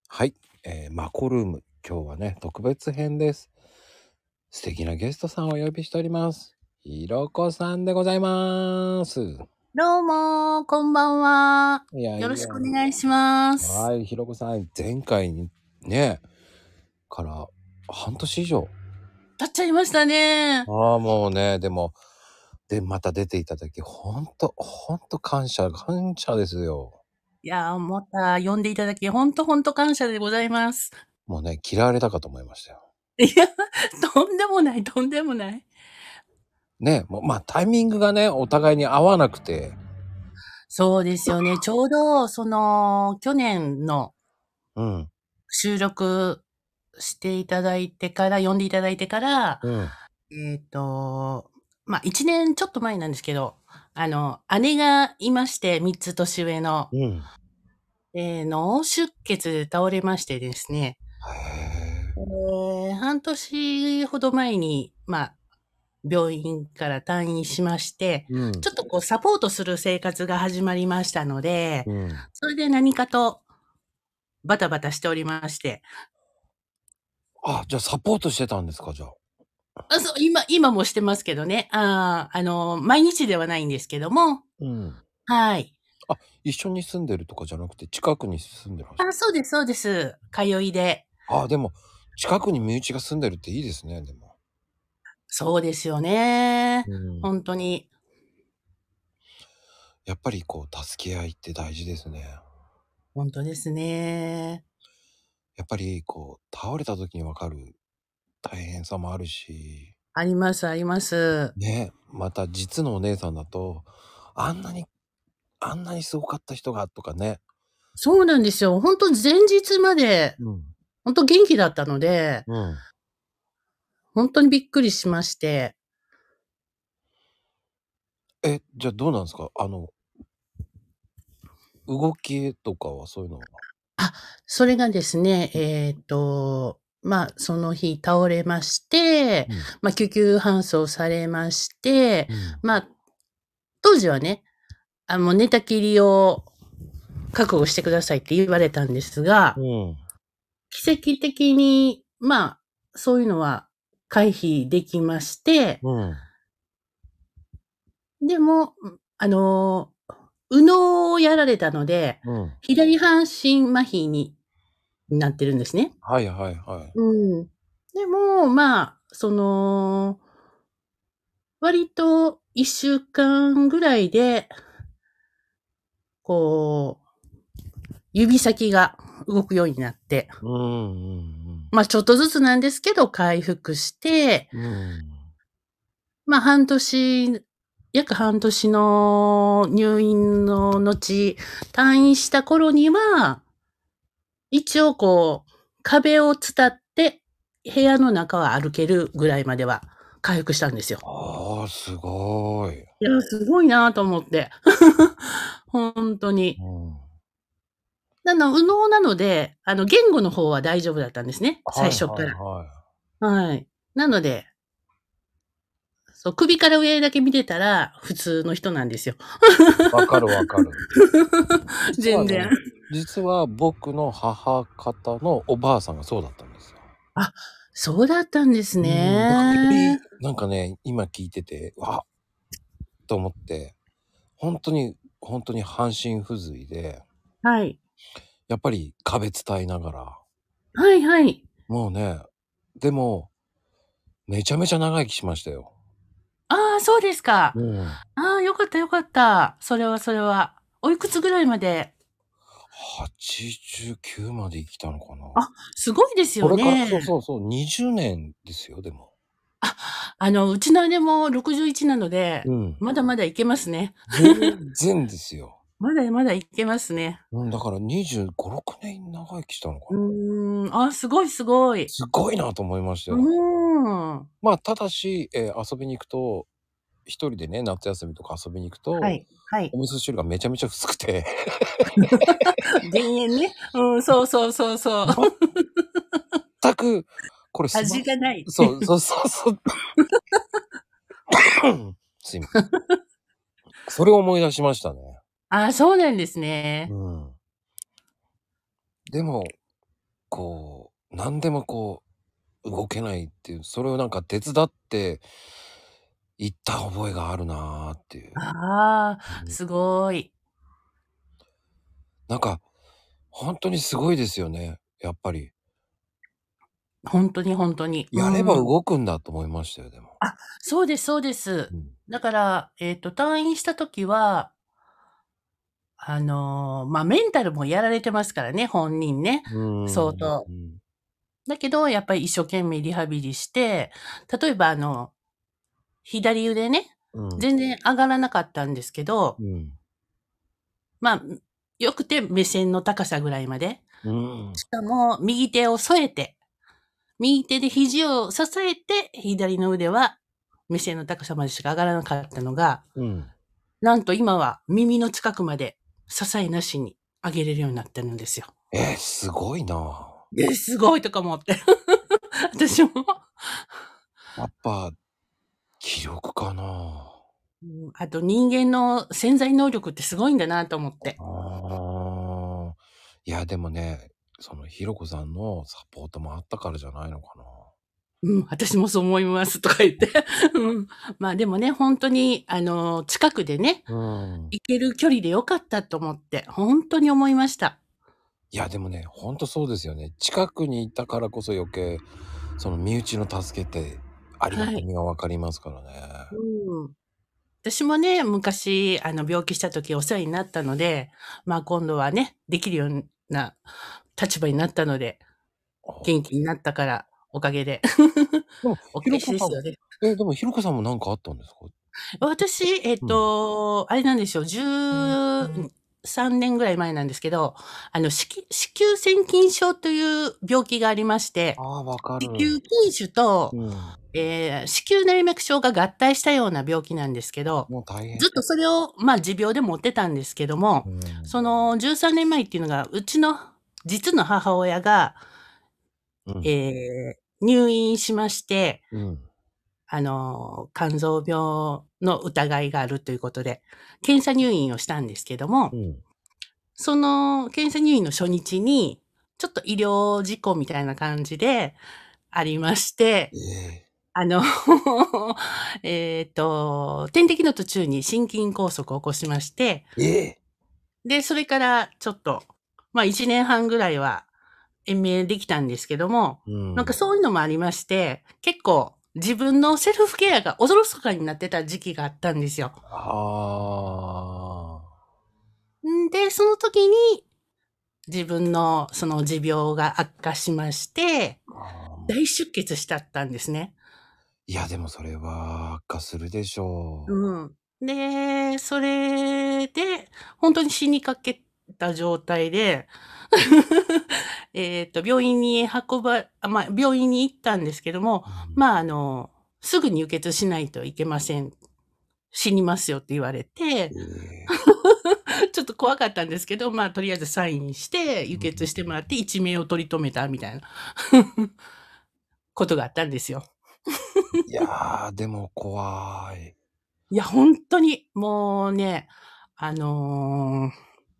はい、マコルーム。今日はね、特別編です。素敵なゲストさんをお呼びしております。ひろこさんでございます。 どうも、こんばんは。 いやいや。 よろしくお願いします。 はい、ひろこさん、前回にね、から半年以上。 経っちゃいましたね。 もうね、で、また出ていただき、ほんと感謝ですよ。 いや、また呼んでいただき、ほんと感謝でございます。 もうね、嫌われたかと思いましたよ。 いや、とんでもない、とんでもない。 ね、もう、タイミングがね、お互いに合わなくて。 そうですよね。ちょうど、去年のうん。 収録していただいてから、呼んでいただいてから、 うん。 1年ちょっと前なんですけど、姉がいまして、3つ年上の。 うん。 脳出血で倒れましてですね。 へえ。 半年ほど前に、病院から退院しまして、 うん。 ちょっとこうサポートする生活が始まりましたので、 うん。 それで何かとバタバタしておりまして。 じゃあサポートしてたんですか、じゃあ。 そう、今もしてますけどね。毎日ではないんですけども、 うん。 はい。 一緒に住んでるとかじゃなくて、近くに住んでらっしゃる。 そうですそうです。通いで。 でも、近くに身内が住んでるっていいですね、でも。 そうですよね。 うん。 ほんとに。 やっぱりこう、助け合いって大事ですね。 ほんとですね。 やっぱりこう、倒れた時にわかる大変さもあるし、 ありますあります。 ね、また実のお姉さんだと、あんなにあんなにすごかった人がとかね。 そうなんですよ。ほんと前日まで、 うん。 ほんと元気だったので、 うん。 ほんとにびっくりしまして。 じゃあどうなんですか？動きとかはそういうのは。 あ、それがですね、その日倒れまして、 うん。 救急搬送されまして、 うん。 まあ、当時はね、もう寝たきりを覚悟してくださいって言われたんですが、 うん。 奇跡的に、そういうのは回避できまして、 うん。 でも、右脳をやられたので、 うん。 左半身麻痺になってるんですね。 はいはいはい。 うん。でも、割と1週間ぐらいで、こう、指先が動くようになって、 うんうんちょっとずつなんですけど回復して、 うん。うん。 約半年の入院の後、退院した頃には、一応こう、壁を伝って部屋の中は歩けるぐらいまでは回復したんですよ。 すごい。 いや、すごいなと思って。ほんとに。 うん。 右脳なので、言語の方は大丈夫だったんですね、 はいはい最初から。 ははい。なので、そう、首から上だけ見てたら、普通の人なんですよ。 い。わかるわかる。実はね、 全然。 実は僕の母方のおばあさんがそうだったんですよ。 あ、そうだったんですだからより、 ね。 なんかね、今聞いてて、と思って、本当に半身不随で、 はい。 やっぱり壁伝いながら、 はいはい。 もうね、でも、めちゃめちゃ長生きしましたよ。 そうですか。 うん。 良かった良かった。それはそれは。おいくつぐらいまで？ 89まで生きたのかな。 すごいですこれから、 よね。 そうそうそう、20年ですよ、でも。 うちの姉も61なので、 うん。 まだまだいけますね。 全然ですよ。 まだまだいけますね。 うん、だから25、6年長生きしたのかな。 すごいすごい。 すごいなと思いましたうよ。 ーん。 ただし、遊びに行くと、一人でね、夏休みとか遊びに行くと、 はい、はい。 お味噌汁がめちゃめちゃ薄くて、 減塩ね。そうそうそうそう。 全く、これ味がない。 そう、そうそうそう。すいません。それを思い出しましたね。 そうなんですね。 うん。でも、 こう、何でもこう、動けないっていう、それをなんか手伝って行った覚えがあるなーっていう。 ああ、 うん、 すごい。 なんか、本当にすごいですよね。やっぱり。 ほんとにほんとに。うやればん。 動くんだと思いましたよ、でも。 あ、そうですそうです。 うん。 だから、退院した時は、メンタルもやられてますからね、本人ね、 うーん。 相当。 うん。 だけど、やっぱり一生懸命リハビリして、例えば左腕ね、 うん。 全然上がらなかったんですけど、 うん。 まあ、よくて目線の高さぐらいまで。 うん。 しかも、右手を添えて、右手で肘を支えて、左の腕は目線の高さまでしか上がらなかったのが、 うん。 なんと今は耳の近くまで支えなしに上げれるようになってるんですよ。 すごいな。 すごいとか思って。私も。 やっぱ、気力かな。 あと人間の潜在能力ってすごいんだなと思って。 ああ。いや、でもね、そのひろこさんのサポートもあったからじゃないのかな。 私もそう思いますとか言って。まあでもね、本当に近くでね、 うん。 行ける距離で良かったと思って、本当に思いました。 いや、でもね、ほんとそうですよね。近くにいたからこそ余計、その身内の助けってありがはい。 たみが分かりますからね。 うん。私もね、昔、病気した時お世話になったので、まあ今度はね、できるような立場になったので、元気になったから、おかげで。 でも、 お返しひろこさんですよね。 でもひろこさんもなんかあったんですか？ 私、 うん。 あれなんですよ、13年ぐらい前なんですけど、子宮腺筋症という病気がありまして、 ああ、わかる。 子宮筋腫と、 うん。 子宮内膜症が合体したような病気なんですけど、 もう大変。 ずっとそれを、持病で持ってたんですけども、 うん。 その13年前っていうのが、うちの実の母親が、 うん。 入院しまして、 うん。 肝臓病の疑いがあるということで、検査入院をしたんですけども、 うん。 その検査入院の初日に、ちょっと医療事故みたいな感じでありまして、 ええ。 あの、点滴の途中に心筋梗塞を起こしまして、 ええ！ で、それからちょっと、1年半ぐらいは延命できたんですけども、 うん。 なんかそういうのもありまして、結構自分のセルフケアがおろそかになってた時期があったんですよ。 ああ。 で、その時に自分のその持病が悪化しまして、 ああ。 大出血しちゃったんですね。 いや、でもそれは悪化するでしょうん。で、それで、ほんとに死にかけた状態で、病院に病院に行ったんですけども、 う。うん。 すぐに輸血しないといけません。死にますよって言われて、 ええ。 ちょっと怖かったんですけど、とりあえずサインして、輸うん。 血してもらって一命を取り留めたみたいなことがあったんですよ。 いや、でも怖い。 いや、ほんとに、もうね、あの、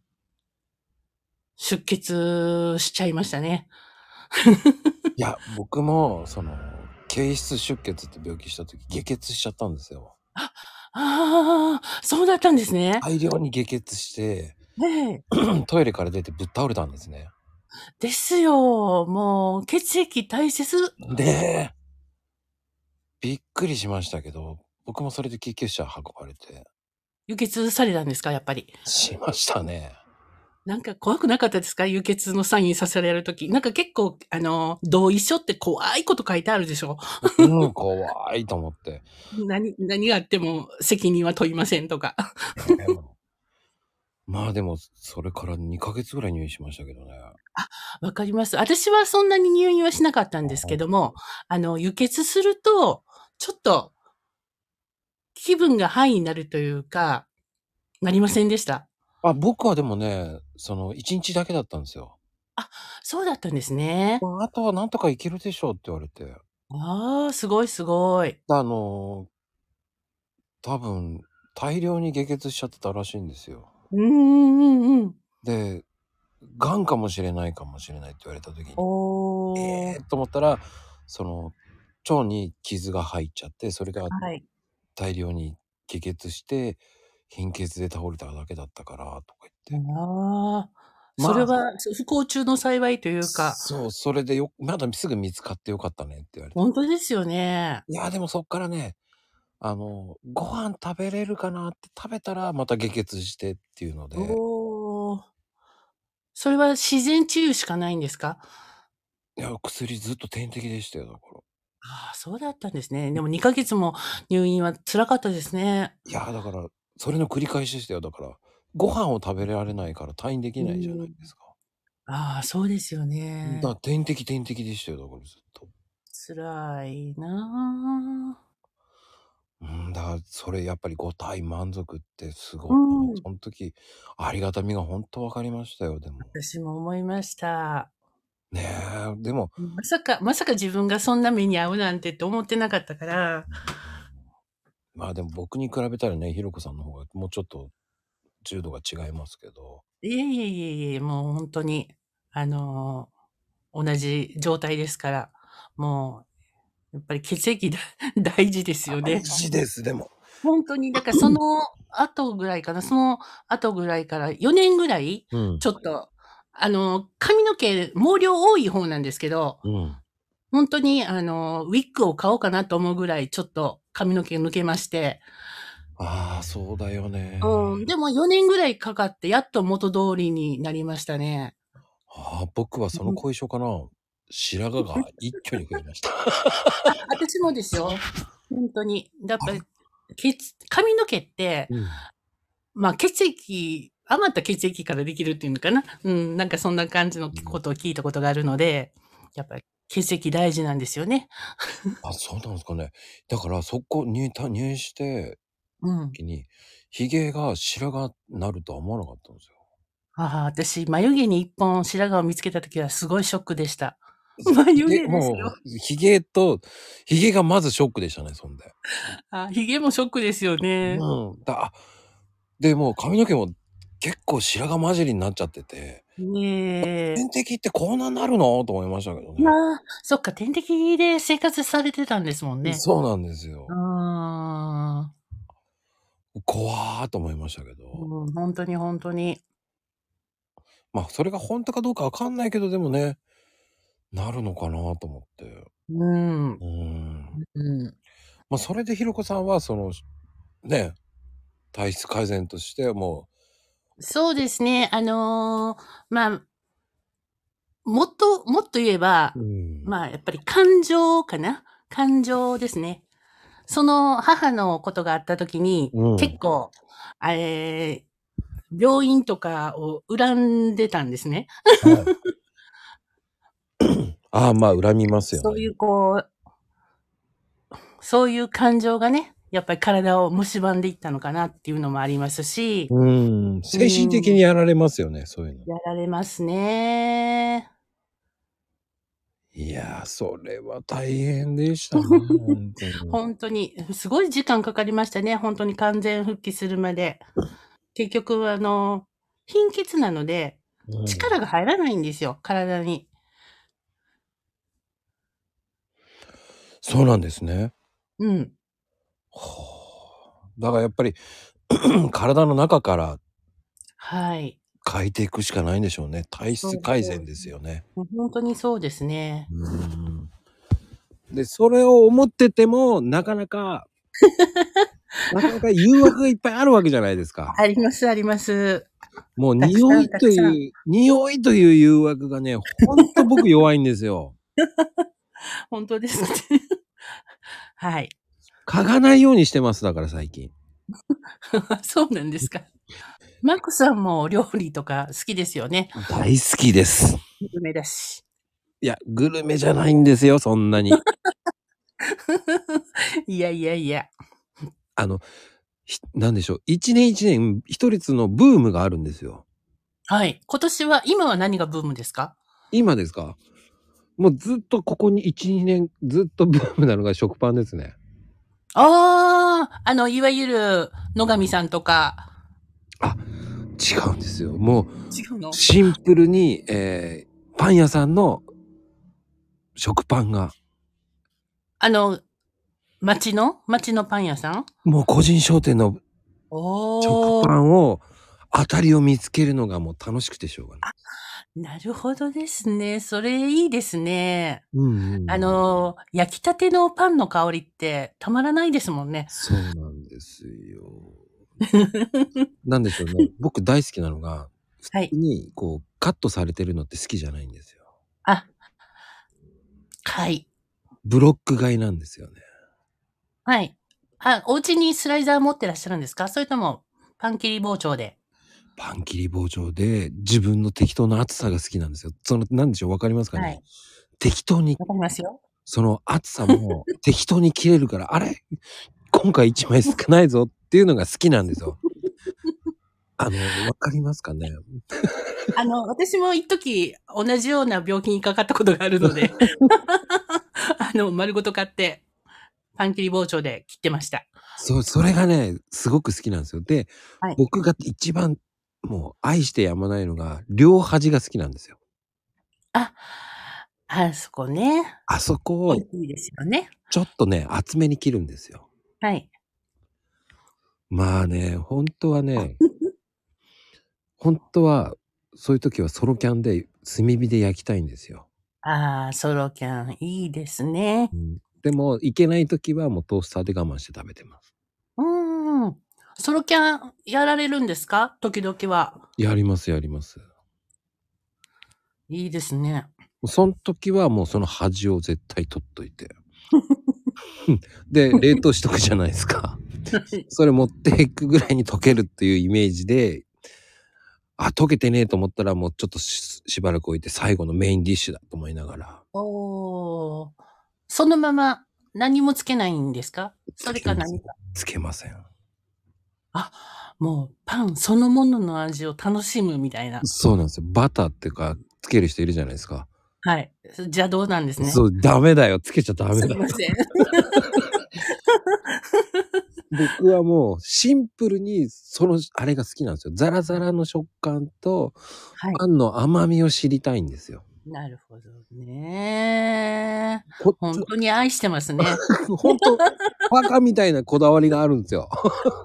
出血しちゃいましたね。 いや、僕もその、経質出血って病気した時、下血しちゃったんですよ。 ああ、そうだったんですね。 大量に下血して、 ええ。 トイレから出てぶっ倒れたんですね。 ですよ。もう血液大切。 で、びっくりしましたけど、僕もそれで救急車運ばれて、 輸血されたんですか？やっぱり。 しましたね。 なんか怖くなかったですか？輸血のサインさせられる時。なんか結構、同意書って怖いこと書いてあるでしょ？ うん、怖いと思って。 何があっても責任は問いませんとか。 ねえ、まあでも、それから2ヶ月ぐらい入院しましたけどね。 わかります。私はそんなに入院はしなかったんですけども、輸血すると、ちょっと気分がハイになるというか、なりませんでした？ 僕はでもね、その1日だけだったんですよ。 あ、そうだったんですね。 あとはなんとかいけるでしょうって言われて。 ああ、すごいすごい。 あの、多分、大量に下血しちゃってたらしいんですよ。 うんうんうんうん。 で、 癌かもしれないって言われた時に、 おー。 と思ったら、その、腸に傷が入っちゃって、それがはい。 大量に下血して、貧血で倒れただけだったから、とか言って。 ああ、そまあ、 れは、不幸中の幸いというか、 そう、それでまだすぐ見つかってよかったねって言われた。 ほんとですよね。 いや、でもそっからね、ご飯食べれるかなって食べたら、また下血してっていうので、 おお。それは自然治癒しかないんですか？ いや、薬ずっと点滴でしたよ、だから。 ああ、そうだったんですね。でも2ヶ月も入院は辛かったですね。 いや、だから、それの繰り返しでしたよ。だから、ご飯を食べられないから退院できうないじゃないん。 ですか。 ああ、そうですよだからね。 点滴でしたよ、だからずっと。 辛いなあ。 だからそれやっぱり五体満足ってすごういな。 ん。 その時、ありがたみがほんと分かりましたよ、でも。 私も思いました。 ねえ、でも、 まさか自分がそんな目に遭うなんてって思ってなかったから。 まあでも僕に比べたらね、ひろこさんの方がもうちょっと重度が違いますけど。 いえいえいえいえ、もうほんとに、あの、同じ状態ですから、もうやっぱり血液大事ですよ大ね。 事です、でも。 ほんとに、だからその後ぐらいかな、その後ぐらいから4年ぐらい、 うん。 ちょっと、髪の毛、毛量多い方なんですけど、 うん。 ほんとにウィッグを買おうかなと思うぐらいちょっと髪の毛抜けまして。 ああ、そうだよね。 うん、でも4年ぐらいかかってやっと元通りになりましたね。 ああ、僕はそのうん。 後遺症かな。白髪が一挙に増えました。 あ、私もですよ。ほんとに。やっぱり、髪の毛って、 うん。 まあ、余った血液からできるっていうのかな。うん、なんかそんな感じのうん。 ことを聞いたことがあるので、やっぱり血液大事なんですよね。 あ、そうなんですかね。だからそこ入院してうん。 時に、髭が白髪なるとは思わなかったんですよ。 ああ、私、眉毛に1本白髪を見つけた時はすごいショックでした。 そう、 眉毛ですよ。 もう、髭がまずショックでしたね、そんで。 あ、髭もショックですよね。 うん。で、もう髪の毛も結構白髪混じりになっちゃってて、 ねえ。 点滴ってこんなになるのと思いましたけどね。 まあ、そっか、点滴で生活されてたんですもんね。 そうなんですうーよ。 ん。 怖ーと思いましたけど。 うん、ほんとにほんとに。 まあ、それが本当かどうかわかんないけど、でもね、なるのかなと思って。 うーん。 うーん。 うん。 まあ、それでひろこさんはね、体質改善としてもそうですね、まあ、もっと言えば、 う、 まあ、やっぱり感情かな。感情ですね。その母のことがあった時に、 うん。 結構、病院とかを恨んでたんですね。 はい。ああ、まあ、恨みますよね。 そういうそういう感情がね、やっぱり体を蝕んでいったのかなっていうのもありますし、う精神的ーん、 にやられますよね、そういうの。 やられますね。 いやー、それは大変でしたね、ほんとに。 ほんとに、すごい時間かかりましたね、ほんとに完全復帰するまで。結局貧血なので、 うん。 力が入らないんですよ、体に。 そうなんですね。 うん。 はあ。だからやっぱり体の中からはい。 変えていくしかないんでしょうね。体質改善そうそう。 ですよね。 もうほんとにそうですね。 うーん。で、それを思ってても、なかなか誘惑がいっぱいあるわけじゃないですか。 ありますあります。 もうたくさんたくさん。 匂いという誘惑がね、ほんと僕弱いんですよ。 ほんとですね。はい。 嗅がないようにしてます、だから最近。 そうなんですか。マックさんも料理とか好きですよね。 大好きです。 有名だし。 いや、グルメじゃないんですよ、そんなに。 いやいやいや。 あの、なんでしょう、一年一年一つのブームがあるんですよ。 はい。今は何がブームですか？ 今ですか？もうずっとここに1、2年ずっとブームなのが食パンですね。 ああ、いわゆる野上さんとか、 あ、 違うんですよ。も違うの？ う、シンプルに、パン屋さんの食パンが、 町のパン屋さん？ もう個人商店の食おー。 パンを、当たりを見つけるのがもう楽しくてしょうがない。 あ、なるほどですね。それいいですね。 うんうん。 焼きたてのパンの香りってたまらないですもんね。 そうなんですよ。なんでしょうね。僕大好きなのが、普はい。 通にこうカットされてるのって好きじゃないんですよ。 あ、はい。 ブロック買いなんですよね。 はい。あ、お家にスライダー持ってらっしゃるんですか？それとも、パン切り包丁で。 パン切り包丁で自分の適当な厚さが好きなんですよ。なんでしょう、わかりますかね？ はい。 適当に、 わかりますよ。 その厚さも適当に切れるから、あれ、今回1枚少ないぞっていうのが好きなんですよ。わかりますかね？ 私も一時同じような病気にかかったことがあるので、丸ごと買って、パン切り包丁で切ってました。 それがね、すごく好きなんですよ。で、 はい。 僕が一番もう愛してやまないのが、両端が好きなんですよ。 あ、あそこね。 あそこを美味しいですよね。 ちょっとね、厚めに切るんですよ。 はい。 まあね、ほんとは、そういう時はソロキャンで炭火で焼きたいんですよ。 ああ、ソロキャン、いいですね。 うん。でも、いけない時はもうトースターで我慢して食べてます。 ソロキャンやられるんですか？時々は。 やりますやります。 いいですね。 そん時はもうその端を絶対取っといて。で、冷凍しとくじゃないですか。それ持っていくぐらいに溶けるっていうイメージで、あ、溶けてねえと思ったらもうちょっとしばらく置いて最後のメインディッシュだと思いながら、 おお。そのまま何もつけないんですか？それつけません。 か何か。 つけません。 あ、もうパンそのものの味を楽しむみたいな。 そうなんですよ。バターっていうか、つける人いるじゃないですか。 はい。邪道なんですね。 そう、ダメだよ。つけちゃダメだよ。 すいません。 僕はもうシンプルにあれが好きなんですよ。ザラザラの食感とはい。 パンの甘みを知りたいんですよ。 なるほどね。ほんちょとに愛してますね。 ほんと、バカみたいなこだわりがあるんですよ。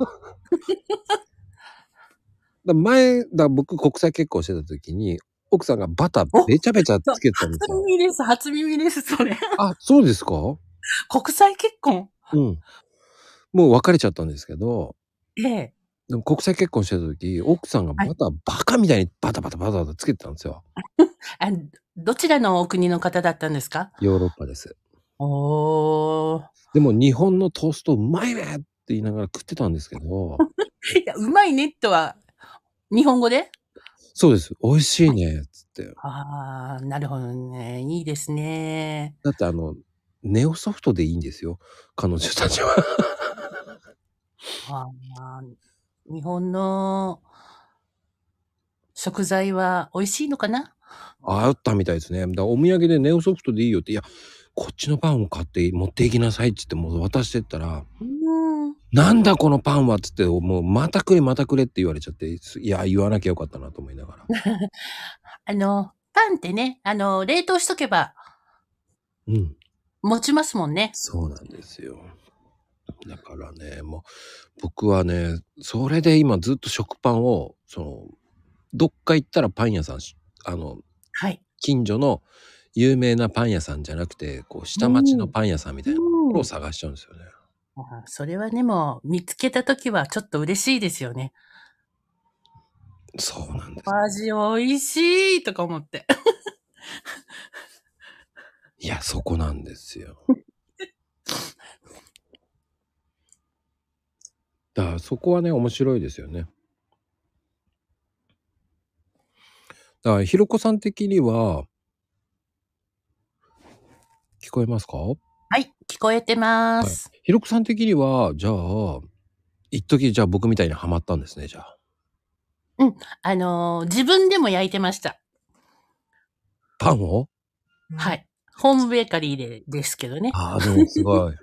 僕国際結婚してた時に、奥さんがバターお、 べちゃべちゃつけてたんで初すよ。 耳です、初耳です、それ。 あ、そうですか？ 国際結婚？ うん。もう別れちゃったんですけど、 ええ。 でも国際結婚してた時、奥さんがはい。 バターバカみたいにバタバタバタバタつけてたんですよ。 あ、どちらのお国の方だったんですか？ ヨーロッパです。 おお。 でも日本のトーストうまいねって言いながら食ってたんですけど、 いや、うまいねとは、日本語で？ そうです。美味しいはい。 ねっつって。 ああ、なるほどね。いいですね。 だってネオソフトでいいんですよ、彼女たちは。 ああ、日本の食材は美味しいのかな？ あったみたいですね。お土産でネオソフトでいいよって、いや、こっちのパンを買って持って行きなさいっつってもう渡してったら、 うーん。 なんだこのパンはっつって、もうまたくれまたくれって言われちゃって、いや、言わなきゃよかったなと思いながら。 パンってね、冷凍しとけばうん。 持ちますもんね。 そうなんですよ。だからね、もう僕はね、それで今ずっと食パンを、どっか行ったらパン屋さんはい。 近所の有名なパン屋さんじゃなくて、こうう下町のん。 パン屋さんみたいなところをうん。 探しちゃうんですよね。 ああ、それはね、もう見つけた時はちょっと嬉しいですよね。 そうなんです。 味美味しいとか思って。 いや、そこなんですよ。だからそこはね、面白いですよね。だからひろこさん的には聞こえますか？ははい、聞こえてまい。 す。 ひろこさん的には、じゃあ、一時じゃあ僕みたいにハマったんですね、じゃあ。 うん、自分でも焼いてました。 パンを？ はい。ホームベーカリーですけどね。 ああ、でもすごい。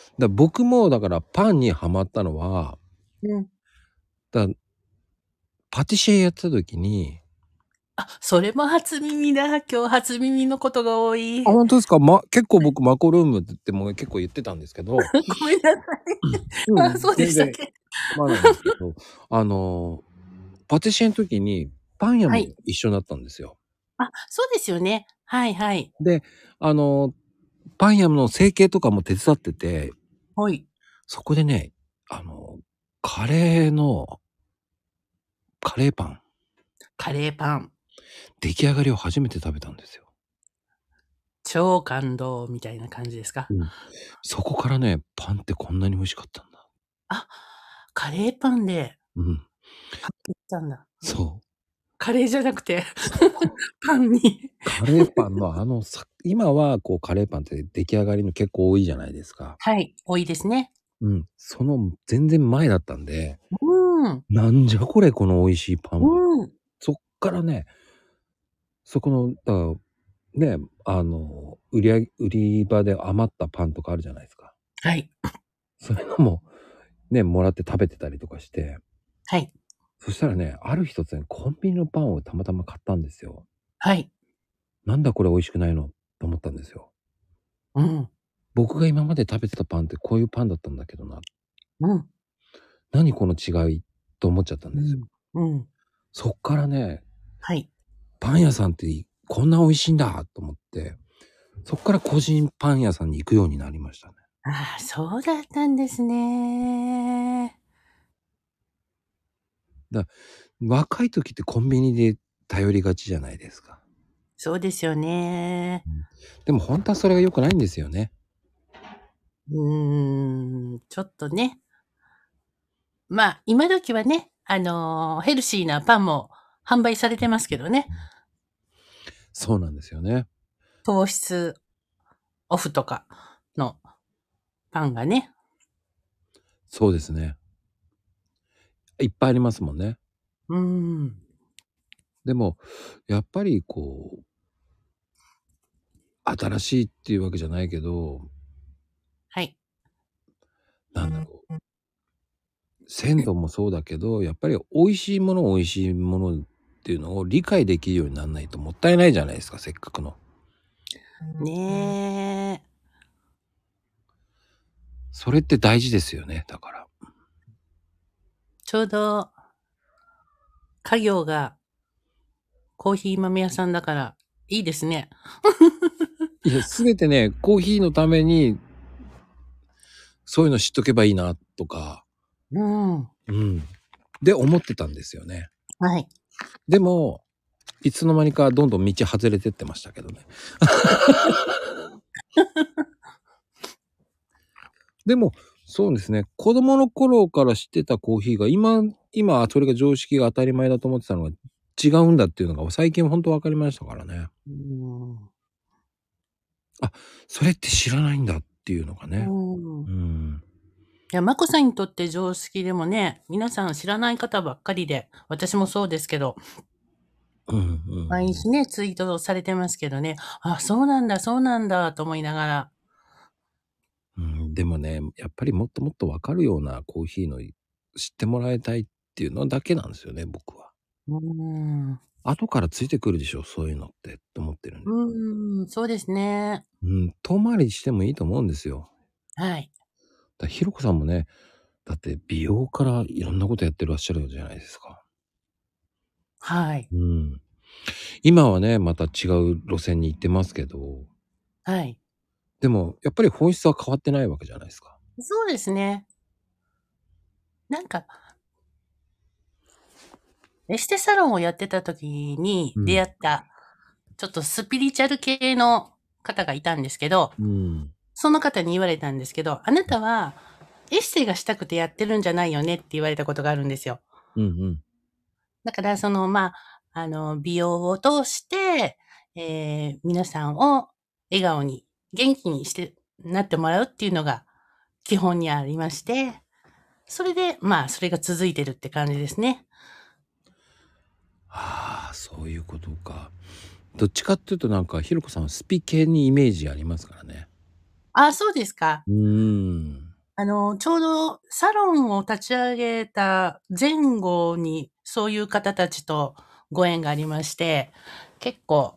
僕もだからパンにハマったのは、 うん。 だパティシエやってた時に、 あ、それも初耳だ。今日初耳のことが多い。 本当ですか？結構僕マコルームってもう結構言ってたんですけど、 ごめんなさい。あ、そうで全然したっけ？ 構わないんですけど、パティシエの時にパン屋もはい。 一緒だったんですよ。 あ、そうですよね。はいはい。 で、あの、パン屋の成形とかも手伝ってて、 はい。 そこでね、あの、カレーのカレーパン、 カレーパン。 出来上がりを初めて食べたんですよ。 超感動みたいな感じですか？ うん。そこからね、パンってこんなに美味しかったんだ。 あ、カレーパンでうん。 発見したんだ。 そう。 カレーじゃなくてそう。 パンに。 カレーパンの今はこうカレーパンって出来上がりの結構多いじゃないですか。 はい、多いですね。 うん。その全然前だったんで、 うーん。 なんじゃこれこの美味しいパンは。 うーん。 そっからね、そこの、だからね、売り場で余ったパンとかあるじゃないですか。 はい。 そういうのもね、もらって食べてたりとかして、 はい。 そしたらね、ある日突然コンビニのパンをたまたま買ったんですよ。 はい。 なんだこれ美味しくないのと思ったんですよ。 うん。 僕が今まで食べてたパンってこういうパンだったんだけどな。 うん。 何この違いと思っちゃったんですよ。 うん。うん。 そっからね、 はい。 パン屋さんってこんな美味しいんだと思って、そっから個人パン屋さんに行くようになりましたね。 ああ、そうだったんですね。 だ若い時ってコンビニで頼りがちじゃないですか。 そうですよね。 うん。でも本当はそれが良くないんですよね。 ちょっとね。まあ、今時はね、ヘルシーなパンも販売されてますけどね。 そうなんですよね。 糖質オフとかのパンがね。 そうですね。いっぱいありますもんね。 うーん。 でも、やっぱり新しいっていうわけじゃないけど、 はい。 なんだろう、鮮度もそうだけど、やっぱり美味しいものっていうのを理解できるようになんないともったいないじゃないですか、せっかくの。 ねえ。 それって大事ですよね、だから。 ちょうど家業がコーヒー豆屋さんだから、いいですね。 いや、全てね、コーヒーのために、そういうの知っとけばいいなとか、 うん。 うん。で、思ってたんですよね。 はい。 でも、いつの間にかどんどん道外れてってましたけどね。でも、そうですね。子供の頃から知ってたコーヒーが、今、それが常識が当たり前だと思ってたのが違うんだっていうのが最近本当分かりましたからね。 うーん。 あ、それって知らないんだっていうのがうね。 ーん。 うん。 いや、マコさんにとって常識でもね、皆さん知らない方ばっかりで、私もそうですけど、 うんうん毎日ね、ツイートされてますけどね、あ、そうなんだ、そうなんだと思いながら。 うん。うん、でもね、やっぱりもっともっと分かるようなコーヒーの知ってもらいたいっていうのだけなんですよね、僕は。 うーん。 後からついてくるでしょ、そういうのってと思ってるんで。 そうですね。 うん、遠回りしてもいいと思うんですよ。 はい。 ひろこさんもね、だって美容からいろんなことやってらっしゃるじゃないですか。 はい。 うん。今はね、また違う路線に行ってますけど、 はい。 でもやっぱり本質は変わってないわけじゃないですか。 そうですね。なんか、エステサロンをやってた時にうん。 出会った、ちょっとスピリチュアル系の方がいたんですけど、 うん。 その方に言われたんですけど、あなたはエステがしたくてやってるんじゃないよねって言われたことがあるんですよ。 うんうん。 だから、美容を通して、皆さんを笑顔に、元気になってもらうっていうのが基本にありまして、それで、それが続いてるって感じですね。 ああ、そういうことか。どっちかっていうとなんかひろこさんはスピ系にイメージありますからね。 あ、そうですか。 うーん。 ちょうどサロンを立ち上げた前後にそういう方たちとご縁がありまして、結構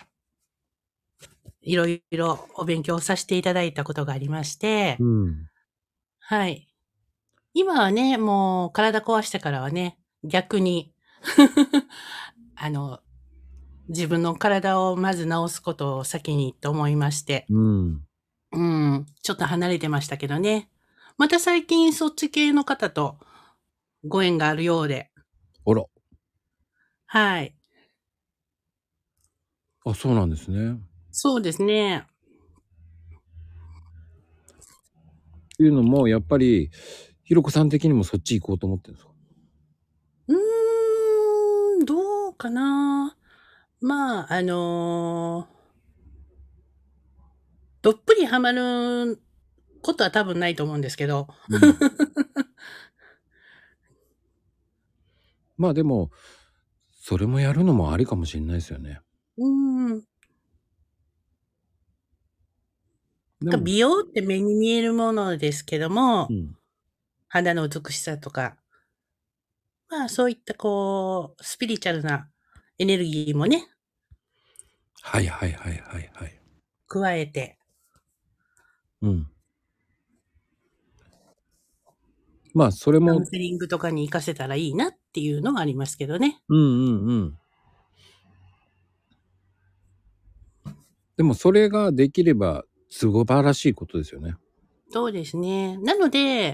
いろいろお勉強させていただいたことがありまして、 うん。 はい。今はね、もう体壊してからはね、逆にあの、自分の体をまず治すことを先にと思いまして、 うん。 ちょっと離れてましたけどね。また最近そっち系の方とご縁があるようで、 あら。 はい。 あ、そうなんですね。 そうですね。 っていうのも、やっぱり、ひろこさん的にもそっち行こうと思ってるんですか？ どうかな。まあ、どっぷりハマることは多分ないと思うんですけど。 うん。まあでも、それもやるのもありかもしれないですよね。 うーん。 でも、 美容って目に見えるものですけども、 うん。 肌の美しさとか、まあ、そういったこう、スピリチュアルなエネルギーもね、 はいはいはいはいはい。 加えて、 うん。まあ、それも、 カウンセリングとかに活かせたらいいなっていうのがありますけどね。 うんうんうん。でもそれができれば素晴らしいことですよね。 そうですね。なので、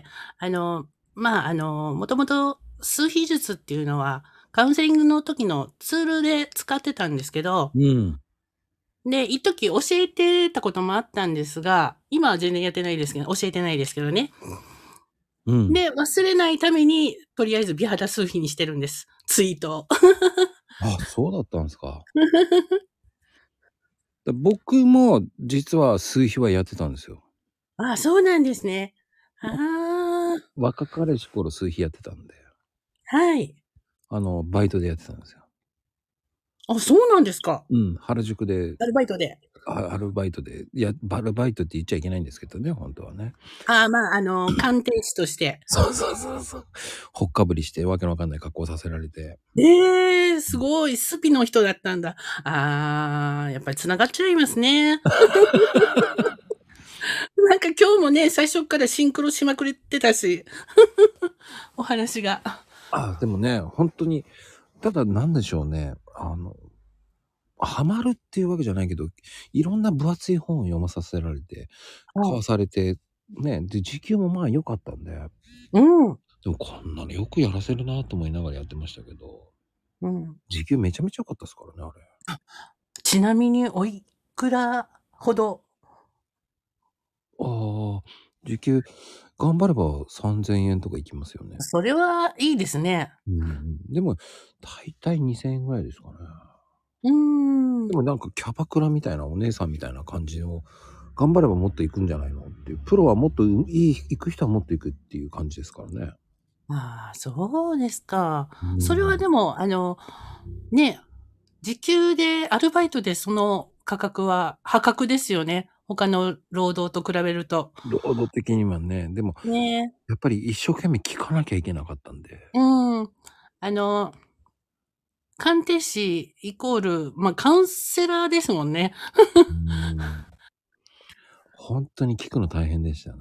もともと数秘術っていうのは、カウンセリングの時のツールで使ってたんですけど、 うん。 で、一時教えてたこともあったんですが、今は全然やってないですけど、教えてないですけどね。 うん。 で、忘れないために、とりあえず美肌数秘にしてるんです。ツイートを。 あ、そうだったんですか。僕も実は数比はやってたんですよ。 ああ、そうなんですね。ああ、 若かりし頃数比やってたんで、 はい。 バイトでやってたんですよ。 あ、そうなんですか。 うん、原宿で、 アルバイトで。 アルバイトで、アルバイトって言っちゃいけないんですけどね、本当はね。 ああ、鑑定士として。 そうそうそうそう。ほっかぶりしてわけのわかんない格好させられて。 ええ、 うん。 すごい、スピの人だったんだ。ああ、やっぱり繋がっちゃいますね。なんか今日もね、最初っからシンクロしまくれてたし、お話が。 あ、でもね、本当に、ただなんでしょうね、ハマるっていうわけじゃないけど、いろんな分厚い本を読まさせられて、買わはい。 されて、ね、で、時給もまあ良かったんで、 うん。 でもこんなのよくやらせるなと思いながらやってましたけど、 うん。 時給めちゃめちゃ良かったですからね、あれ。 ちなみにおいくらほど。 ああ、時給頑張れば3000円とかいきますよね。 それはいいですね。 うんうん。でも、だいたい2000円ぐらいですかね。 うーん。 でもなんかキャバクラみたいなお姉さんみたいな感じの、頑張ればもっと行くんじゃないのっていう。プロはもっと行く人はもっと行くっていう感じですからね。 ああ、そうですか。 うそれはん。 でも、ね、時給でアルバイトでその価格は破格ですよね。他の労働と比べると。 労働的にはね、でも、 ね。 やっぱり一生懸命聞かなきゃいけなかったんで。 うん。あの、鑑定士イコール、カウンセラーですもんね。 うーん。ほんとに聞くの大変でしたね。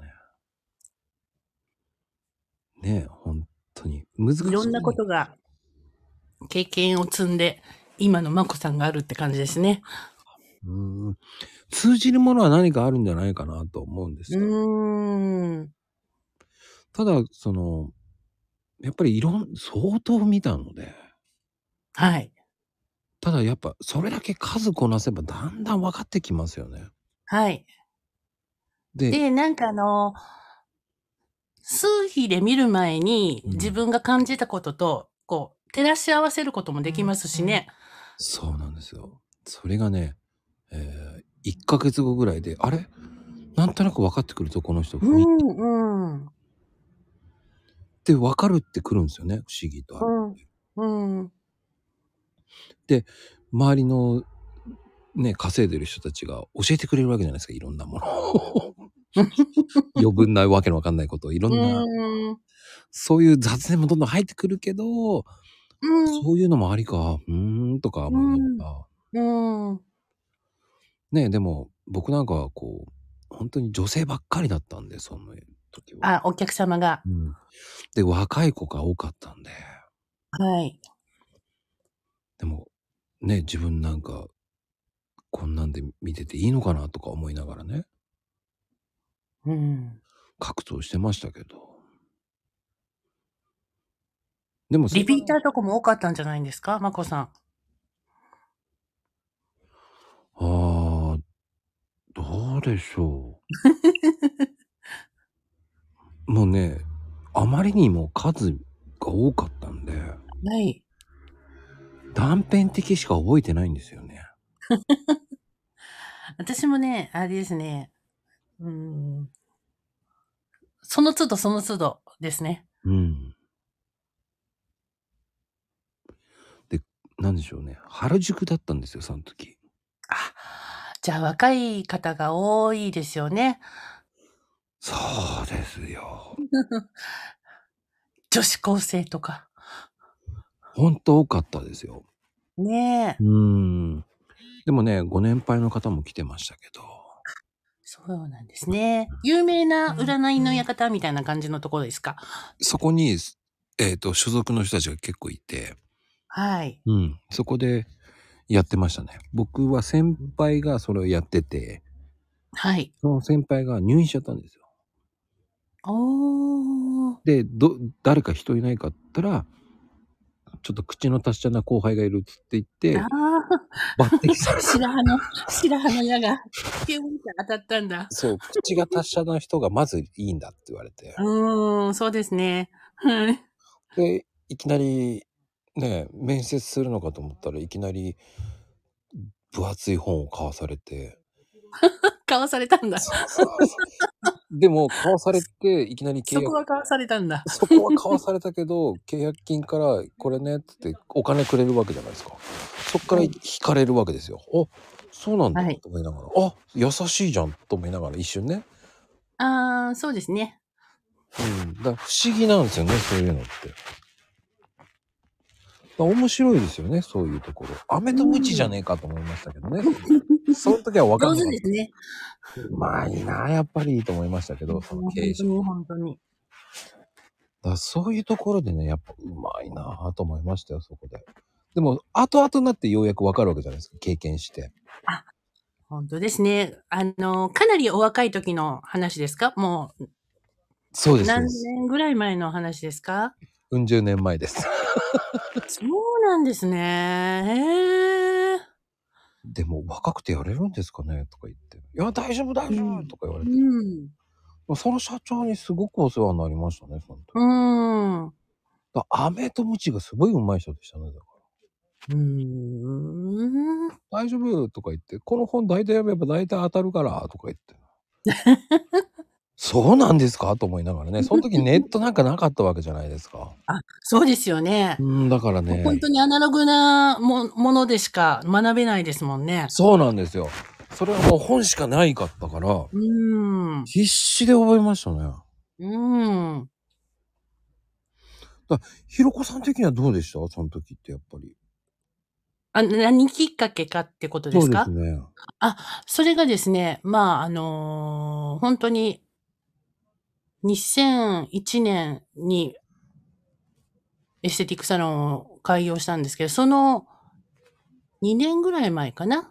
ね、ほんとに。難いろんなしいね。 ことが経験を積んで、今のマコさんがあるって感じですね。 うーん。通じるものは何かあるんじゃないかなと思うんでうすよ。 ーん。 ただ、やっぱり相当見たので、 はい。 ただやっぱそれだけ数こなせばだんだん分かってきますよね。 はい。 で、 で、数比で見る前にうん。 自分が感じたことと、こう、照らし合わせることもできますしね。 そうなんですよ。それがね、1ヶ月後ぐらいで、あれ、なんとなく分かってくると、この人う雰囲気っん、うん。 て分かるってくるんですよね、不思議とあれ。 うん。うん。 で、周りのね、稼いでる人たちが教えてくれるわけじゃないですか、いろんなものを。余分なわけのわかんないことをいろうんな、 ーん。 そういう雑念もどんどん入ってくるけど、 そういうのもありか、とか思いながら。ね、でも、僕なんかはこう、本当に女性ばっかりだったんで、その時は。 あ、お客様が。 で、若い子が多かったんで。 はい。 でも、ね、自分なんか、こんなんで見てていいのかなとか思いながらね、格闘してましたけど。でもリピーターとかも多かったんじゃないんですか？まこさん。 ああ、どうでしょう。もうね、あまりにも数が多かったんで、 はい。 断片的しか覚えてないんですよね。 私もね、あれですね。その都度その都度ですね。 で、なんでしょうね。原宿だったんですよ、その時。 あ、じゃあ若い方が多いですよね。 そうですよ。 女子高生とか。 ほんと多かったですよ。 ねえ。 でもね、ご年配の方も来てましたけど。 そうなんですね。有名な占いの館みたいな感じのところですか？ そこに、所属の人たちが結構いて、 はい。 そこでやってましたね。僕は先輩がそれをやってて、 はい。 その先輩が入院しちゃったんですよ。 おー。 で、誰か人いないかって言ったら、ちょっと口の達者な後輩がいるっつって言っあて、抜擢さあ、 れた。 白羽の矢がピュンって当たったんだ。 そう、口が達者な人がまずいいんだって言われて。 そうですね。はい。 で、いきなり、ね、面接するのかと思ったらいきなり分厚い本を買わされて。 買わされたんだ。 そうそうそう。でも買わされて、いきなり契約そこは買わされたんだ。 そこは買わされたけど、契約金からこれねっつってお金くれるわけじゃないですか。そっから引かれるわけですよ。あ、そうなんだはい。 と思いながら、あ、優しいじゃんと思いながら一瞬ね。 ああ、そうですね。 だから不思議なんですよね、そういうのって。面白いですよね、そういうところ。飴とムチじゃねえかと思いましたけどね。その時は分か上んなかった。 手ですね。 うまいな、やっぱりと思いましたけど、その経営者。 ほんとにほんとに。 そういうところでね、やっぱうまいなと思いましたよ、そこで。でも、後々になってようやく分かるわけじゃないですか、経験して。 あ、ほんとですね。かなりお若い時の話ですか？もう、 そうですそうで何す。 年ぐらい前の話ですか？ うん十年前です。 そうなんですね。へえ。 でも若くてやれるんですかねとか言って。いや、大丈夫大丈夫とか言われて。 うん。 その社長にすごくお世話になりましたね、その時。 うーん。 飴とムチがすごい上手い人でしたね、だから。 うーん。 大丈夫とか言って、この本大体読めば大体当たるからとか言って。そうなんですかと思いながらね。その時ネットなんかなかったわけじゃないですか。 あ、そうですよね。 だからね。 ほんとにアナログなものでしか学べないですもんね。 そうなんですよ。それはもう本しかないかったから、必死で覚えましたね。ひろこさん的にはどうでしたその時ってやっぱり。 何きっかけかってことでそうすか？ ですね。 それがですね、ほんとに2001年にエステティックサロンを開業したんですけど、その2年ぐらい前かな。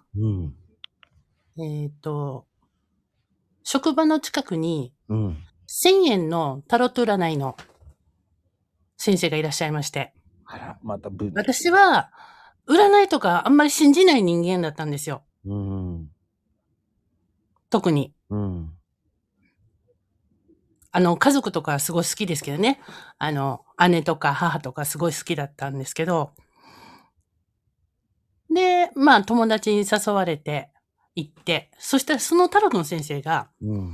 職場の近くに1000円のタロット占いの先生がいらっしゃいまして。 あら、また私は、占いとかあんまり信じない人間だったんですよ。特に。家族とかすごい好きですけどね。姉とか母とかすごい好きだったんですけど。で、友達に誘われて行って、そしたらそのタロットの先生が、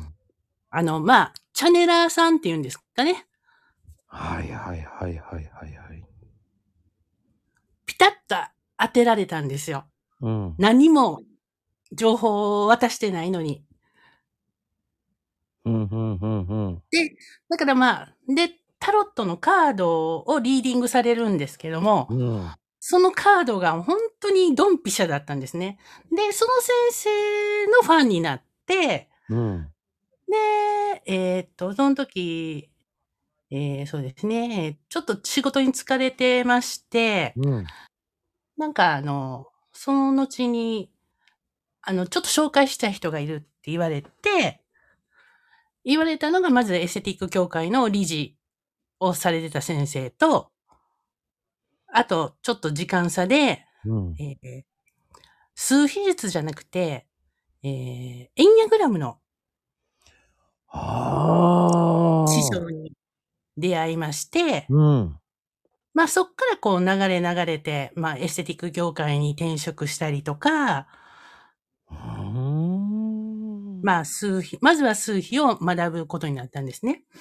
チャネラーさんっていうんですかね。 はいはいはいはいはいはい。 ピタッと当てられたんですよ。何も情報を渡してないのに。で、だからで、 タロットのカードをリーディングされるんですけども、そのカードが本当にドンピシャだったんですね。で、その先生のファンになって、で、その時、そうですね、ちょっと仕事に疲れてまして、なんかその後に、ちょっと紹介したい人がいるって言われたのが、まずエステティック協会の理事をされてた先生と、あと、ちょっと時間差で、数比術じゃなくて、エンニャグラムの師匠に出会いまして、まあそっからこう流れて、まあエステティック業界に転職したりとか、まあまずは数比を学ぶことになったんですね。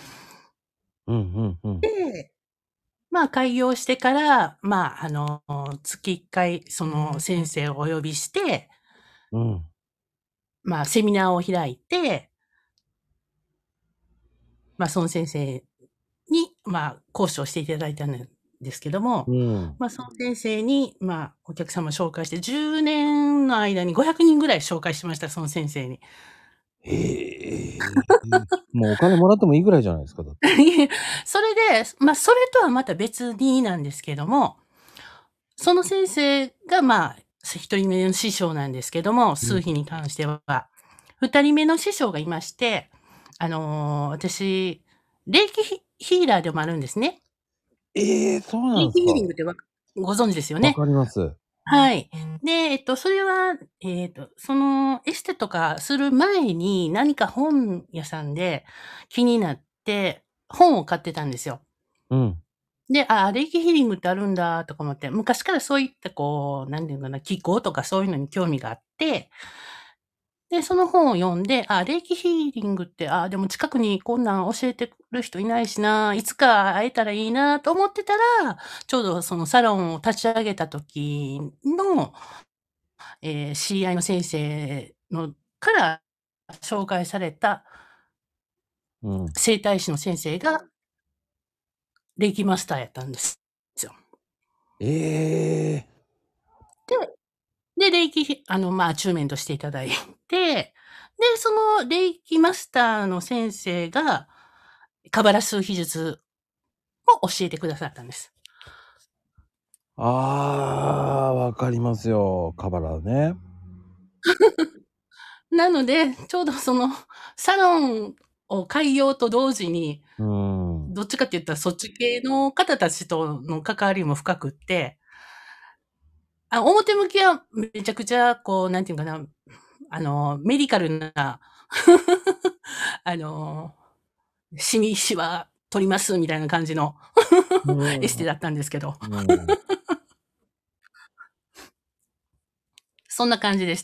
で、まあ開業してから、まあ月1回その先生をお呼びして、まあセミナーを開いて、まあその先生に、まあ講師をしていただいたんですけども、まあその先生に、まあお客様紹介して、10年の間に500人ぐらい紹介しました、その先生に。 もうお金もらってもいいぐらいじゃないですか、だって。 それで、まあそれとはまた別になんですけども、その先生がまあ、一人目の師匠なんですけども、数比に関しては、二人目の師匠がいまして、私、霊気ヒーラーでもあるんですね。 そうなんですか。 霊気ヒーリングってご存知ですよね。 わかります。 はい。で、それは、そのエステとかする前に何か本屋さんで気になって本を買ってたんですよ。で、霊気ヒーリングってあるんだとか思って、昔からそういったこう、なんていうかな、気候とかそういうのに興味があって、で、その本を読んで、霊気ヒーリングって、でも近くにこんなん教えてくる人いないしな、いつか会えたらいいなと思ってたら、ちょうどそのサロンを立ち上げた時の、知り合いの先生から紹介された、整体師の先生が、霊気マスターやったんですよ。で、霊気、まあ、アチューメントしていただいて、で、その霊気マスターの先生が、カバラ数秘術を教えてくださったんです。 わかりますよ。カバラね。 なので、ちょうどその、サロンを開業と同時に、どっちかって言ったらそっち系の方たちとの関わりも深くって、表向きはめちゃくちゃ、こう、なんていうかな、メディカルな、シミシワ取りますみたいな感じのエステだったんですけど。そんな感じでした。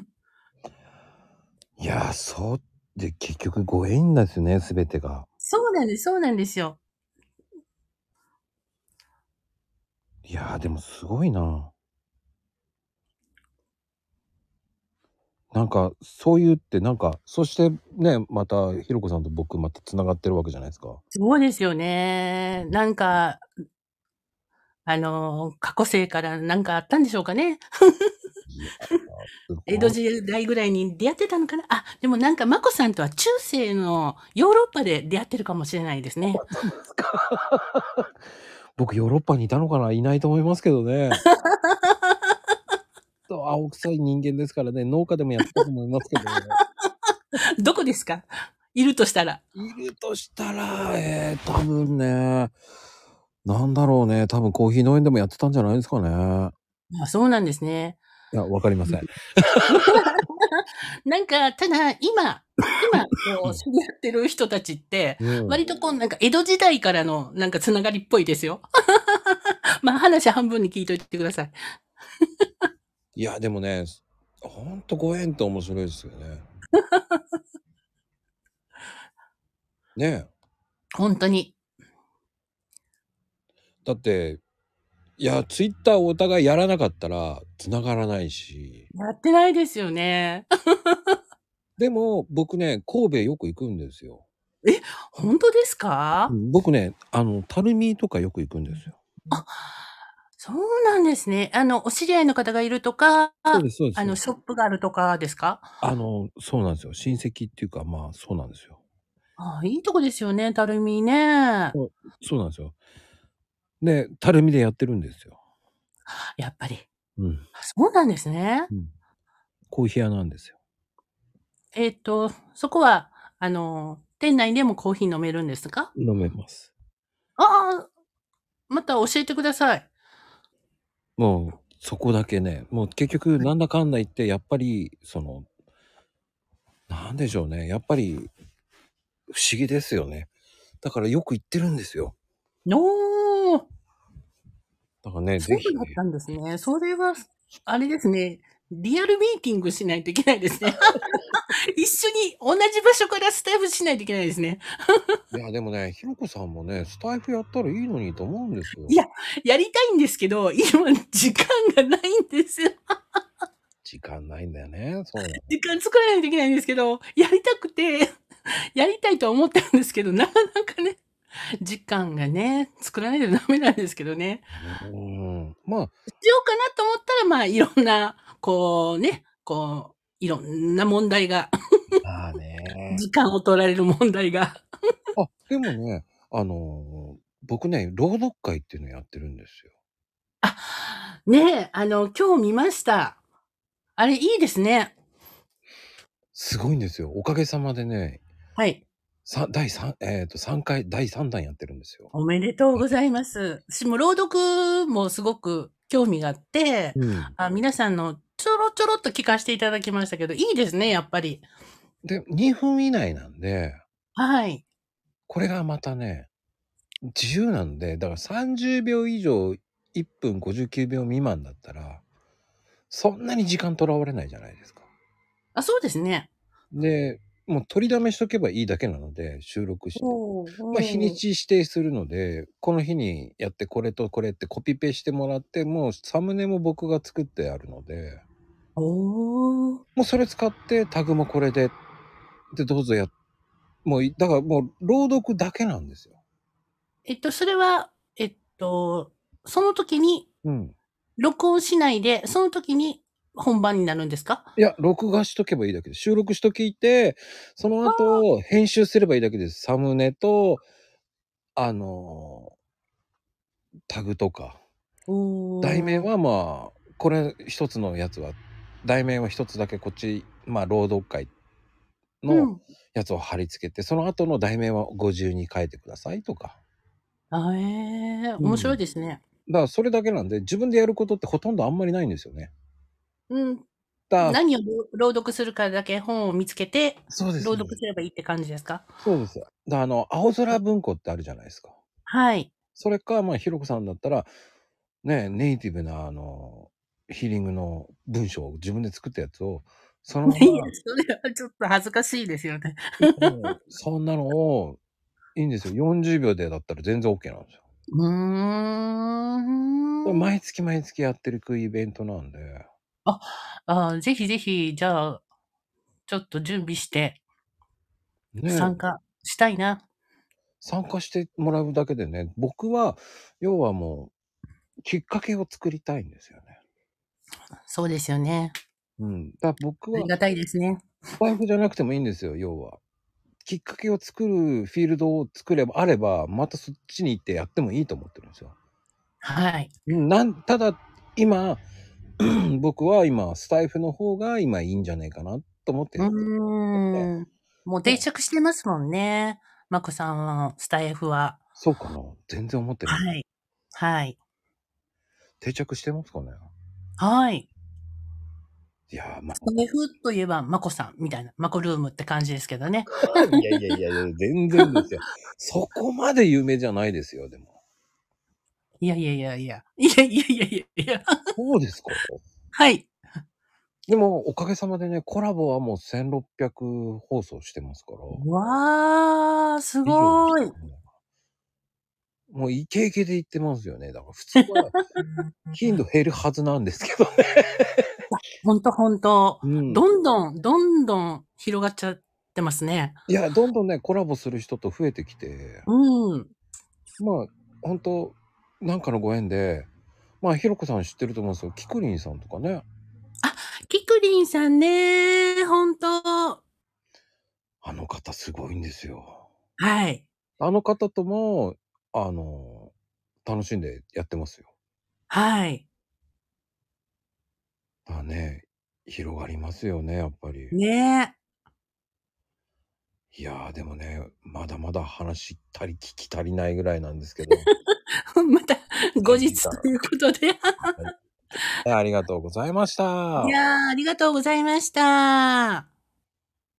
いや、そうで結局ご縁ですね、すべてが。 そうなんですよ。 いや、でもすごいな。なんか、そういうってなんか、そしてね、またひろこさんと僕また繋がってるわけじゃないですか。 そうですよね。なんか、過去世からなんかあったんでしょうかね。 いや、 江戸時代ぐらいに出会ってたのかな。でもなんか、まこさんとは中世のヨーロッパで出会ってるかもしれないですね。 僕ヨーロッパにいたのかな、いないと思いますけどね。青臭い人間ですからね、農家でもやってたと思いますけどね。 どこですか？いるとしたら。 いるとしたら、多分ね、なんだろうね、多分コーヒー農園でもやってたんじゃないですかね。 そうなんですね。 いや、わかりません。 なんか、ただ、今、こう、知り合ってる人たちって、割とこう、なんか、江戸時代からの、なんか、つながりっぽいですよ。まあ、話半分に聞いといてください。 いや、でもね、ほんとご縁って面白いですよね。ねえ。 本当に。 だって、いや、ツイッターお互いやらなかったら繋がらないし。 やってないですよね。 でも、僕ね、神戸よく行くんですよ。 え、本当ですか？ 僕ね、タルミとかよく行くんですよ。 あ、そうなんですね。お知り合いの方がいるとか、 そうですそうです。 ショップがあるとかですか？ そうなんですよ。親戚っていうか、まあ、そうなんですよ。 ああ、いいとこですよね、垂水ね。 そうなんですよ。で、タルミでやってるんですよ。 やっぱり。 うん。 あ、そうなんですね。 うん。コーヒー屋なんですよ。 そこは、店内でもコーヒー飲めるんですか？ 飲めます。 ああ、また教えてください。 もう、そこだけね、もう結局はい。 なんだかんだ言って、やっぱり、なんでしょうね、やっぱり不思議ですよね。だからよく行ってるんですよ。 おお、 だからね、ぜひね。 そうだったんですね。それは、あれですね、リアルミーティングしないといけないですね。一緒に同じ場所からスタイフしないといけないですね。 いや、でもね、ひろこさんもね、スタイフやったらいいのにと思うんですよ。 いや、やりたいんですけど、今時間がないんですよ。 時間ないんだよね、そうなの。 時間作らないといけないんですけど、やりたくて、やりたいとは思ってるんですけど、なかなかね、時間がね、作らないとダメなんですけどね。 まあ、 しようかなと思ったら、まあ、いろんな、こうね、こう、いろんな問題が、 まあね。 時間を取られる問題が。 でもね、僕ね、朗読会っていうのやってるんですよ。 あ、ねえ、今日見ました。あれいいですね。 すごいんですよ。おかげさまでね、 はい。 第3、3回、第3弾やってるんですよ。 おめでとうございます。私も朗読もすごく興味があって、 うん。 皆さんのちょろちょろっと聞かせていただきましたけど、いいですね、やっぱり。 で、2分以内なんで、 はい。 これがまたね、自由なんで、だから30秒以上、1分59秒未満だったら、そんなに時間とらわれないじゃないですか。 あ、そうですね。 で、もう取りだめしとけばいいだけなので、収録して。 おまあ、日にお、 ち指定するので、この日にやってこれとこれってコピペしてもらって、もうサムネも僕が作ってあるので、 おお。 もうそれ使ってタグもこれでどうぞだからもう朗読だけなんですよ。 それは、その時にうん。 録音しないで、その時に本番になるんですか？ いや、録画しとけばいいだけです。収録しときて、そのああ。 後、編集すればいいだけです。サムネと、あの、タグとか。 おお。 題名はまあ、これ一つのやつは、題名は一つだけこっち、まあ、朗読会のうん。 やつを貼り付けて、その後の題名はご自由に書いてくださいとか。 あ、ええ、面白いうん。 ですね。 だからそれだけなんで、自分でやることってほとんどあんまりないんですよね。 うん。 だ何を朗読するかだけ本を見つけて、 そうですそうです。 朗読すればいいって感じですか？ そうです。青空文庫ってあるじゃないですか。 はい。 それか、まあ、ひろこさんだったら、ね、ネイティブな、ヒーリングの文章を自分で作ったやつを、そのまいや、 ま、 それはちょっと恥ずかしいですよね。 もう、そんなのを、いいんですよ。40秒でだったら全然 OK なんですよ。 うこれーん。 毎月毎月やってるイベントなんで、 あ、あ、ぜひぜひ、じゃあ、ちょっと準備してね、 参加したいな。 参加してもらうだけでね、僕は、要はもう、きっかけを作りたいんですよね。 そうですよね。 うん。だから僕は、 ありがたいですね。 スタイフじゃなくてもいいんですよ、要は。きっかけを作るフィールドを作ればあれば、またそっちに行ってやってもいいと思ってるんですよ。 はい。 ただ、今、僕は今、スタイフの方が今いいんじゃないかなと思ってうやってるので、 ーん。もう定着してますもんね。マコさんのスタイフは。 そうかな全然思ってない。 はい。はい。 定着してますかね。 はい。 いやー、まあ、 スタイフといえばマコさんみたいな、マコルームって感じですけどね。 いやいやいやいや、全然ですよ。そこまで有名じゃないですよ、でも。 いやいやいやいや。いやいやいやいやいや。 そうですか。 はい。 でも、おかげさまでね、コラボはもう1600放送してますから、 わー、す以上ですごい。 ね。もうイケイケで言ってますよね。だから普通は頻度減るはずなんですけどね。 ほんとほんと。 うん。 どんどん、どんどん広がっちゃっってますね。 いや、どんどんね、コラボする人と増えてきて、 うん。 まあ、本当なんかのご縁で、まあ、ひろこさん知ってると思うんですよ。キクリンさんとかね。 あ、キクリンさんね、ほんと。 あの方すごいんですよ。 はい。 あの方とも、あの、楽しんでやってますよ。 はい。 だからね、広がりますよね、やっぱり。 ね。 いやー、でもね、まだまだ話聞き足りないぐらいなんですけど、 また後 3時間。 日ということで。 はい。ありがとうございました。 いや、ありがとうございました。